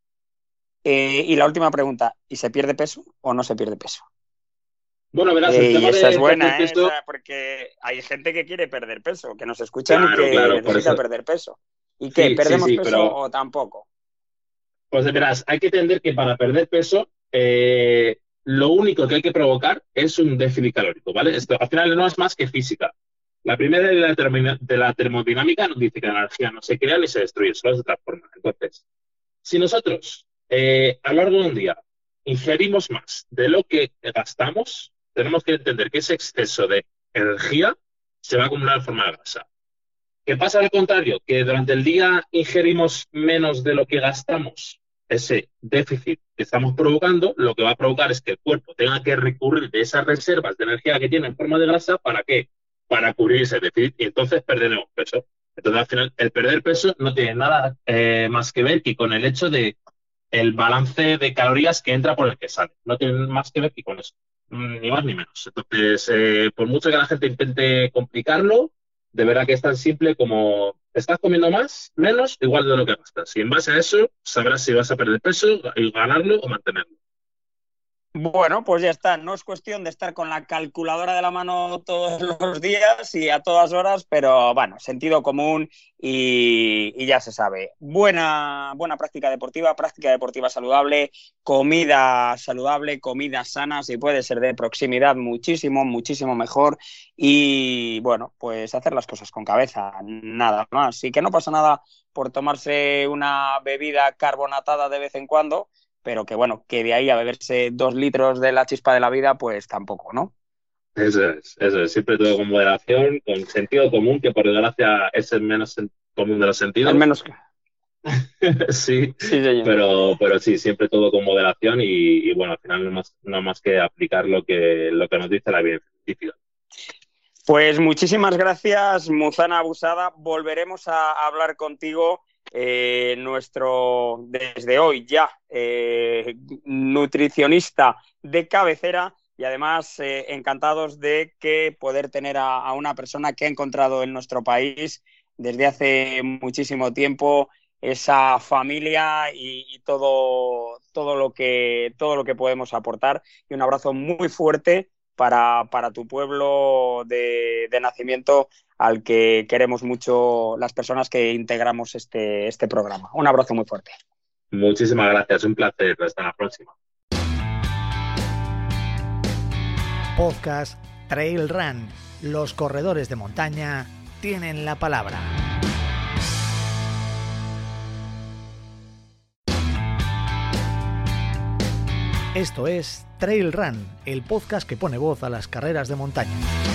Y la última pregunta, ¿y se pierde peso o no se pierde peso? Bueno, verás, el tema esa de es buena, perder peso, porque hay gente que quiere perder peso, que nos escuchan y que claro, necesita perder peso. ¿Y qué? Sí, ¿Perdemos sí, peso pero o tampoco? pues verás, hay que entender que para perder peso, lo único que hay que provocar es un déficit calórico, ¿vale? Esto al final no es más que física. La primera de la termodinámica nos dice que la energía no se crea ni se destruye, solo se transforma. Entonces, si nosotros a lo largo de un día ingerimos más de lo que gastamos, tenemos que entender que ese exceso de energía se va a acumular en forma de grasa. ¿Qué pasa al contrario? Que durante el día ingerimos menos de lo que gastamos. Ese déficit que estamos provocando, lo que va a provocar es que el cuerpo tenga que recurrir de esas reservas de energía que tiene en forma de grasa. ¿Para qué? Para cubrir ese déficit y entonces perderemos peso. Entonces, al final, el perder peso no tiene nada más que ver que con el hecho de el balance de calorías que entra por el que sale. No tiene más que ver que con eso. Ni más ni menos. Entonces, por mucho que la gente intente complicarlo, de verdad que es tan simple como estás comiendo más, menos, igual de lo que gastas. Y en base a eso sabrás si vas a perder peso, ganarlo o mantenerlo. Bueno, pues ya está. No es cuestión de estar con la calculadora de la mano todos los días y a todas horas, pero bueno, sentido común y ya se sabe. Buena práctica deportiva saludable, comida sana, si puede ser de proximidad, muchísimo, muchísimo mejor. Y bueno, pues hacer las cosas con cabeza, nada más. Y que no pasa nada por tomarse una bebida carbonatada de vez en cuando, pero que bueno, que de ahí a beberse 2 litros de la chispa de la vida, pues tampoco, ¿no? Eso es, siempre todo con moderación, con sentido común, que por desgracia es el menos común de los Al sentidos. menos que... Sí, Sí, señor. pero sí, siempre todo con moderación y bueno, al final no más que aplicar lo que nos dice la evidencia científica. Pues muchísimas gracias, Muzana Abusada. Volveremos a hablar contigo, desde hoy ya, nutricionista de cabecera, y además encantados de que poder tener a una persona que ha encontrado en nuestro país desde hace muchísimo tiempo esa familia y todo lo que podemos aportar. Y un abrazo muy fuerte para tu pueblo de nacimiento, al que queremos mucho las personas que integramos este programa. Un abrazo muy fuerte. Muchísimas gracias, un placer. Hasta la próxima. Podcast Trail Run. Los corredores de montaña tienen la palabra. Esto es Trail Run, el podcast que pone voz a las carreras de montaña.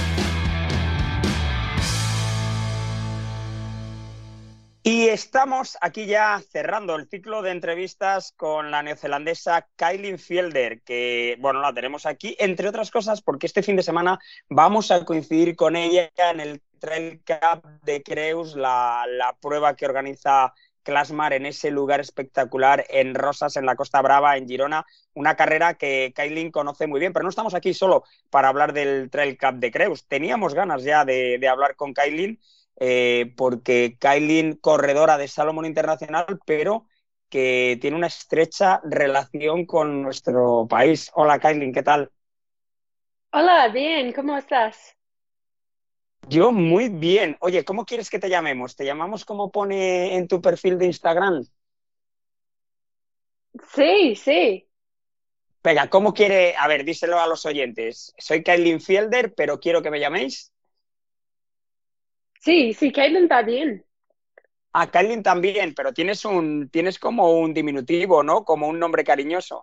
Y estamos aquí ya cerrando el ciclo de entrevistas con la neozelandesa Kailin Fielder, que, bueno, la tenemos aquí, entre otras cosas, porque este fin de semana vamos a coincidir con ella en el Trail Cup de Creus, la prueba que organiza Clasmar en ese lugar espectacular en Rosas, en la Costa Brava, en Girona, una carrera que Kailin conoce muy bien. Pero no estamos aquí solo para hablar del Trail Cup de Creus. Teníamos ganas ya de hablar con Kailin, porque Kailin, corredora de Salomón Internacional, pero que tiene una estrecha relación con nuestro país. Hola, Kailin, ¿qué tal? Hola, bien, ¿cómo estás? Yo muy bien. Oye, ¿cómo quieres que te llamemos? ¿Te llamamos como pone en tu perfil de Instagram? Sí, sí. Venga, ¿cómo quiere? A ver, díselo a los oyentes. Soy Kailin Fielder, pero quiero que me llaméis. Sí, sí, Caitlin está bien. Ah, Kailin también, pero tienes como un diminutivo, ¿no? Como un nombre cariñoso.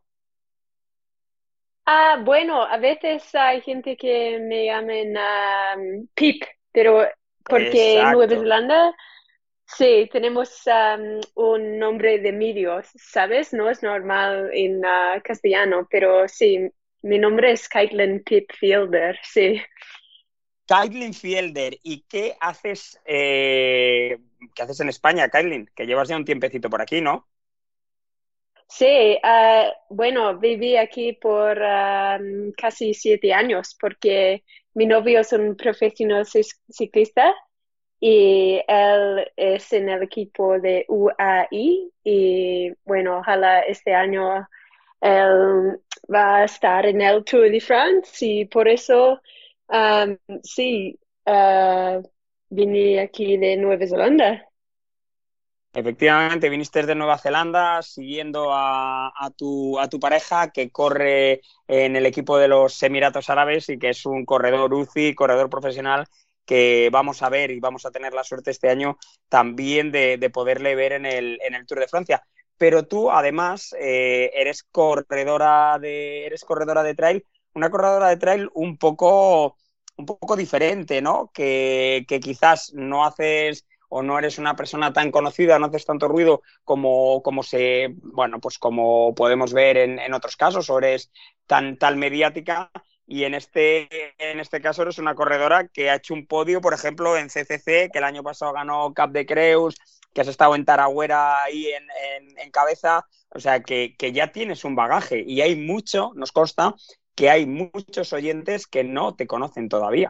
Ah, bueno, a veces hay gente que me llaman Pip, pero porque en Nueva Exacto. Zelanda, sí, tenemos un nombre de medio, ¿sabes? No es normal en castellano, pero sí, mi nombre es Caitlin Pip Fielder, sí. Kailin Fielder, ¿y qué haces en España, Kailin? Que llevas ya un tiempecito por aquí, ¿no? Sí, bueno, viví aquí por casi 7 años porque mi novio es un profesional ciclista y él es en el equipo de UAI y bueno, ojalá este año él va a estar en el Tour de France y por eso sí, vine aquí de Nueva Zelanda. Efectivamente, viniste de Nueva Zelanda siguiendo a tu pareja, que corre en el equipo de los Emiratos Árabes y que es un corredor UCI, corredor profesional, que vamos a ver y vamos a tener la suerte este año también de poderle ver en el Tour de Francia. Pero tú, además, eres corredora de trail, una corredora de trail un poco diferente, ¿no? Que quizás no haces o no eres una persona tan conocida, no haces tanto ruido pues como podemos ver en otros casos, o eres tan mediática. Y en este caso eres una corredora que ha hecho un podio, por ejemplo, en CCC, que el año pasado ganó Cap de Creus, que has estado en Taragüera ahí en cabeza. O sea, que ya tienes un bagaje y nos consta que hay muchos oyentes que no te conocen todavía.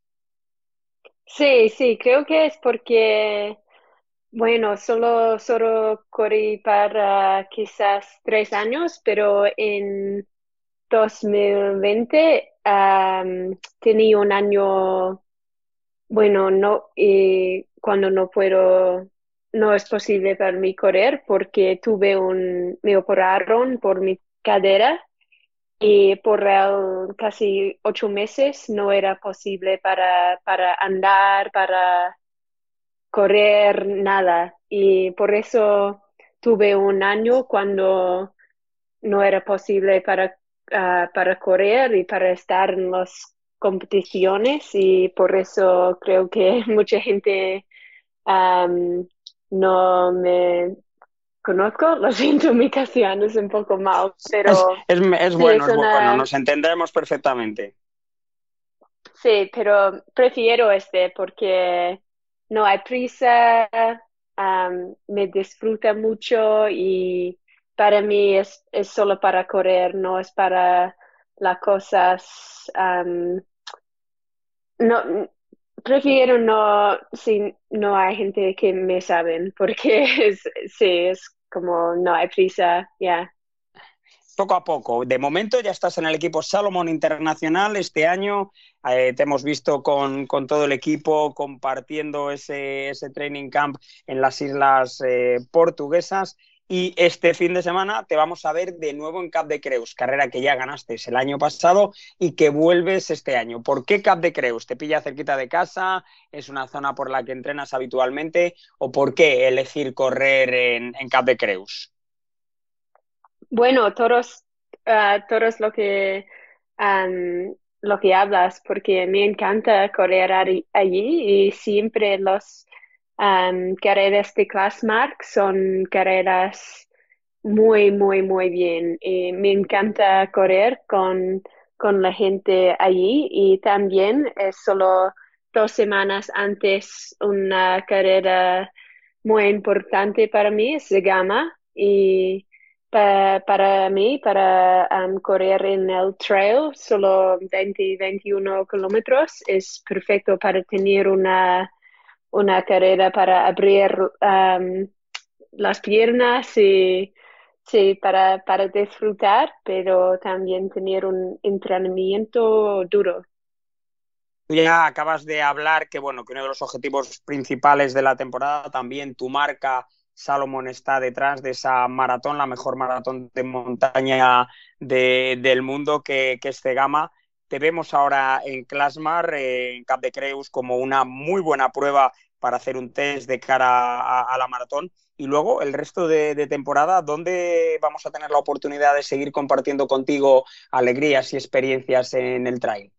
Sí, sí, creo que es porque, bueno, solo corrí para quizás 3 años, pero 2020 tenía un año, bueno, no, cuando no es posible para mí correr porque me operaron por mi cadera y por casi 8 meses no era posible para andar, para correr, nada. Y por eso tuve un año cuando no era posible para correr y para estar en las competiciones y por eso creo que mucha gente no me conozco. Lo siento, mi castellano es un poco mal, pero sí, Es bueno, nos entendemos perfectamente. Sí, pero prefiero porque no hay prisa, me disfruta mucho y para mí es solo para correr, no es para las cosas. No, prefiero no, si no hay gente que me saben, porque sí, es como no hay prisa, ya. Poco a poco. De momento ya estás en el equipo Salomon Internacional. Este año te hemos visto con todo el equipo compartiendo ese training camp en las islas portuguesas. Y este fin de semana te vamos a ver de nuevo en Cap de Creus, carrera que ya ganaste el año pasado y que vuelves este año. ¿Por qué Cap de Creus? ¿Te pilla cerquita de casa? ¿Es una zona por la que entrenas habitualmente? ¿O por qué elegir correr en Cap de Creus? Bueno, todos lo que hablas, porque me encanta correr allí y siempre los carreras de Classmark son carreras muy, muy, muy bien. Y me encanta correr con la gente allí y también es solo 2 semanas antes una carrera muy importante para mí, es de Gama y para mí, para correr en el trail, solo 20-21 kilómetros, es perfecto para tener una carrera para abrir las piernas y sí, para disfrutar, pero también tener un entrenamiento duro. Tú ya acabas de hablar que, bueno, que uno de los objetivos principales de la temporada, también tu marca Salomon está detrás de esa maratón, la mejor maratón de montaña del mundo, que es Cegama. Te vemos ahora en Clasmar, en Cap de Creus, como una muy buena prueba para hacer un test de cara a la maratón. Y luego, el resto de temporada, ¿dónde vamos a tener la oportunidad de seguir compartiendo contigo alegrías y experiencias en el trail?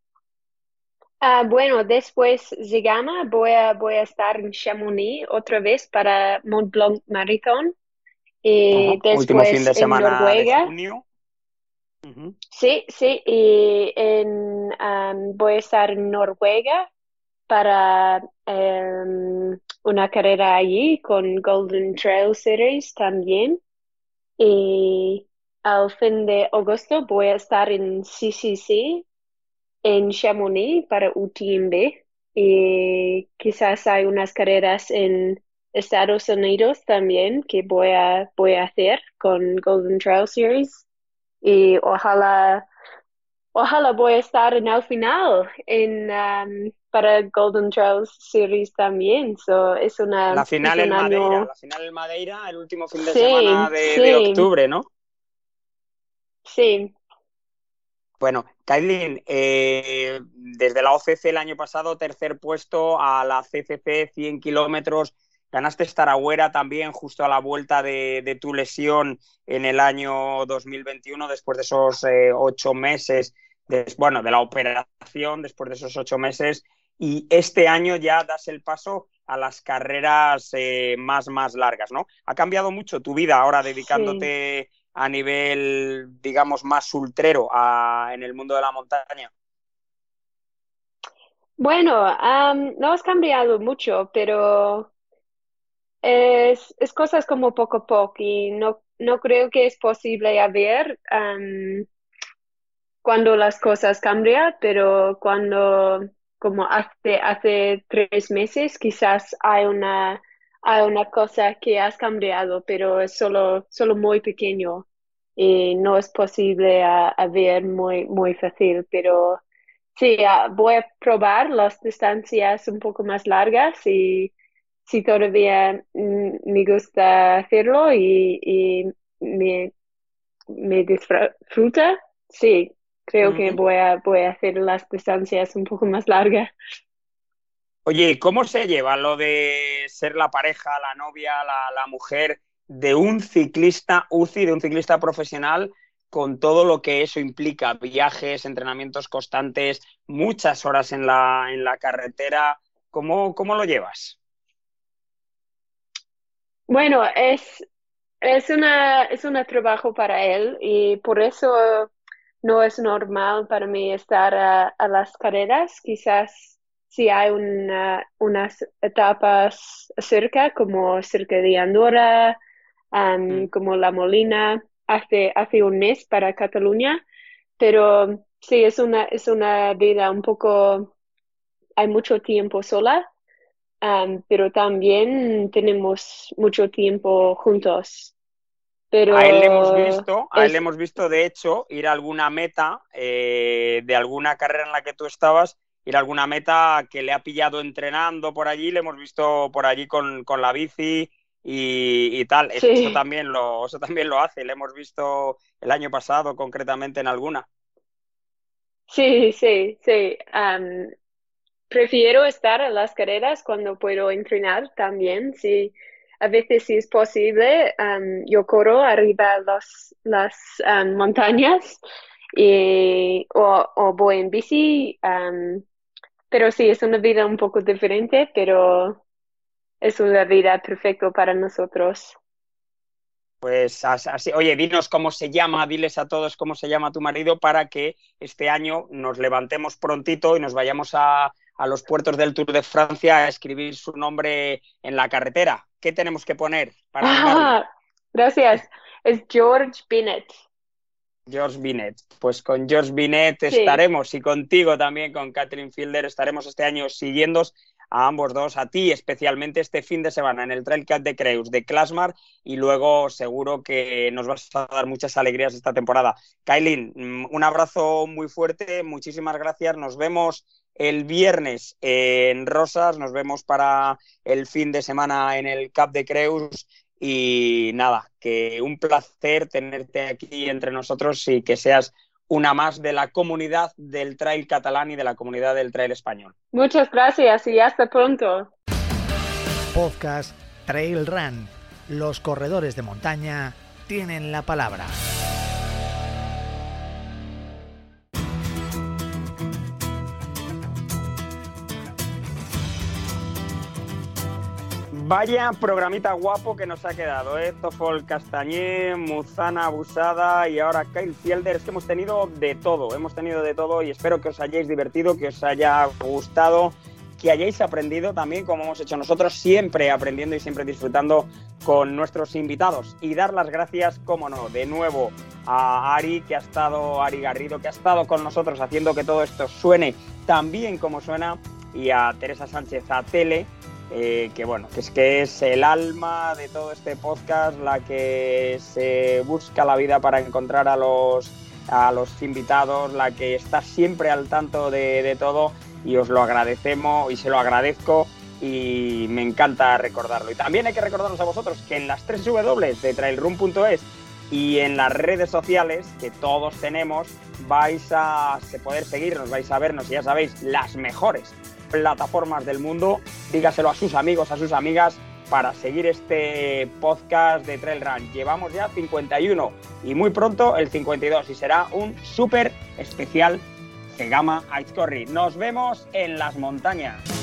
Bueno, después de Gama voy a estar en Chamonix otra vez para Mont Blanc Marathon y Último fin de después en semana de Noruega. junio. Sí, sí, y voy a estar en Noruega para una carrera allí con Golden Trail Series también. Y al fin de agosto voy a estar en CCC en Chamonix para UTMB y quizás hay unas carreras en Estados Unidos también que voy a hacer con Golden Trail Series y ojalá voy a estar en el final para Golden Trail Series también. So, es La final en año. Madeira, la final en Madeira, el último fin de Sí, semana sí. de octubre, ¿no? Sí. Bueno, Kailin, desde la OCC el año pasado, tercer puesto a la CCC 100 kilómetros. Ganaste Estaragüera también justo a la vuelta de tu lesión en el año 2021, después de esos 8 meses, de la operación, después de esos 8 meses. Y este año ya das el paso a las carreras más largas, ¿no? ¿Ha cambiado mucho tu vida ahora dedicándote a nivel, digamos, más ultrero en el mundo de la montaña? Bueno, no has cambiado mucho, pero es cosas como poco a poco y no creo que es posible ver cuando las cosas cambian, pero como hace 3 meses, quizás hay una cosa que has cambiado, pero es solo muy pequeño. y no es posible a ver muy fácil, pero sí, voy a probar las distancias un poco más largas y si todavía me gusta hacerlo y me disfruta, sí, creo que voy a hacer las distancias un poco más largas. Oye, ¿cómo se lleva lo de ser la pareja, la novia, la mujer de un ciclista UCI, de un ciclista profesional, con todo lo que eso implica? Viajes, entrenamientos constantes, muchas horas en la carretera. ¿Cómo lo llevas? Bueno, es un trabajo para él y por eso no es normal para mí estar a las carreras. Quizás si hay unas etapas como cerca de Andorra, como La Molina, hace un mes para Cataluña, pero sí, es una vida un poco, hay mucho tiempo sola. Pero también tenemos mucho tiempo juntos. Pero A él le hemos visto, de hecho, ir a alguna meta de alguna carrera en la que tú estabas, ir a alguna meta que le ha pillado entrenando por allí, le hemos visto por allí con la bici y tal. Sí. Eso también lo hace, le hemos visto el año pasado concretamente en alguna. Sí. Prefiero estar en las carreras cuando puedo entrenar también. Sí, a veces si es posible, yo corro arriba las montañas o voy en bici. Pero sí, es una vida un poco diferente, pero es una vida perfecta para nosotros. Pues así, oye, dinos cómo se llama, diles a todos cómo se llama tu marido para que este año nos levantemos prontito y nos vayamos a los puertos del Tour de Francia a escribir su nombre en la carretera. ¿Qué tenemos que poner para animarle? Gracias. Es George Bennett. George Bennett. Pues con George Bennett Sí. estaremos y contigo también, con Catherine Fielder, estaremos este año siguiéndos a ambos dos, a ti especialmente este fin de semana en el Trail Cap de Creus de Clasmar y luego seguro que nos vas a dar muchas alegrías esta temporada. Kailin, un abrazo muy fuerte, muchísimas gracias, nos vemos el viernes en Rosas, nos vemos para el fin de semana en el Cap de Creus y nada, que un placer tenerte aquí entre nosotros y que seas una más de la comunidad del trail catalán y de la comunidad del trail español. Muchas gracias y hasta pronto. Podcast Trail Run. Los corredores de montaña tienen la palabra. Vaya programita guapo que nos ha quedado, Tofol Castañé, Muzana Abusada y ahora Kyle Fielder. Es que hemos tenido de todo y espero que os hayáis divertido, que os haya gustado, que hayáis aprendido también, como hemos hecho nosotros, siempre aprendiendo y siempre disfrutando con nuestros invitados. Y dar las gracias, cómo no, de nuevo a Ari Garrido, que ha estado con nosotros haciendo que todo esto suene tan bien como suena, y a Teresa Sánchez Atele, que es el alma de todo este podcast, la que se busca la vida para encontrar a los invitados, la que está siempre al tanto de todo, y os lo agradecemos y se lo agradezco y me encanta recordarlo. Y también hay que recordaros a vosotros que en las 3 W de trailrun.es y en las redes sociales que todos tenemos vais a poder seguirnos, vais a vernos y ya sabéis, las mejores plataformas del mundo. Dígaselo a sus amigos, a sus amigas, para seguir este podcast de Trail Run. Llevamos ya 51 y muy pronto el 52 y será un súper especial Zegama Aizkorri. Nos vemos en las montañas.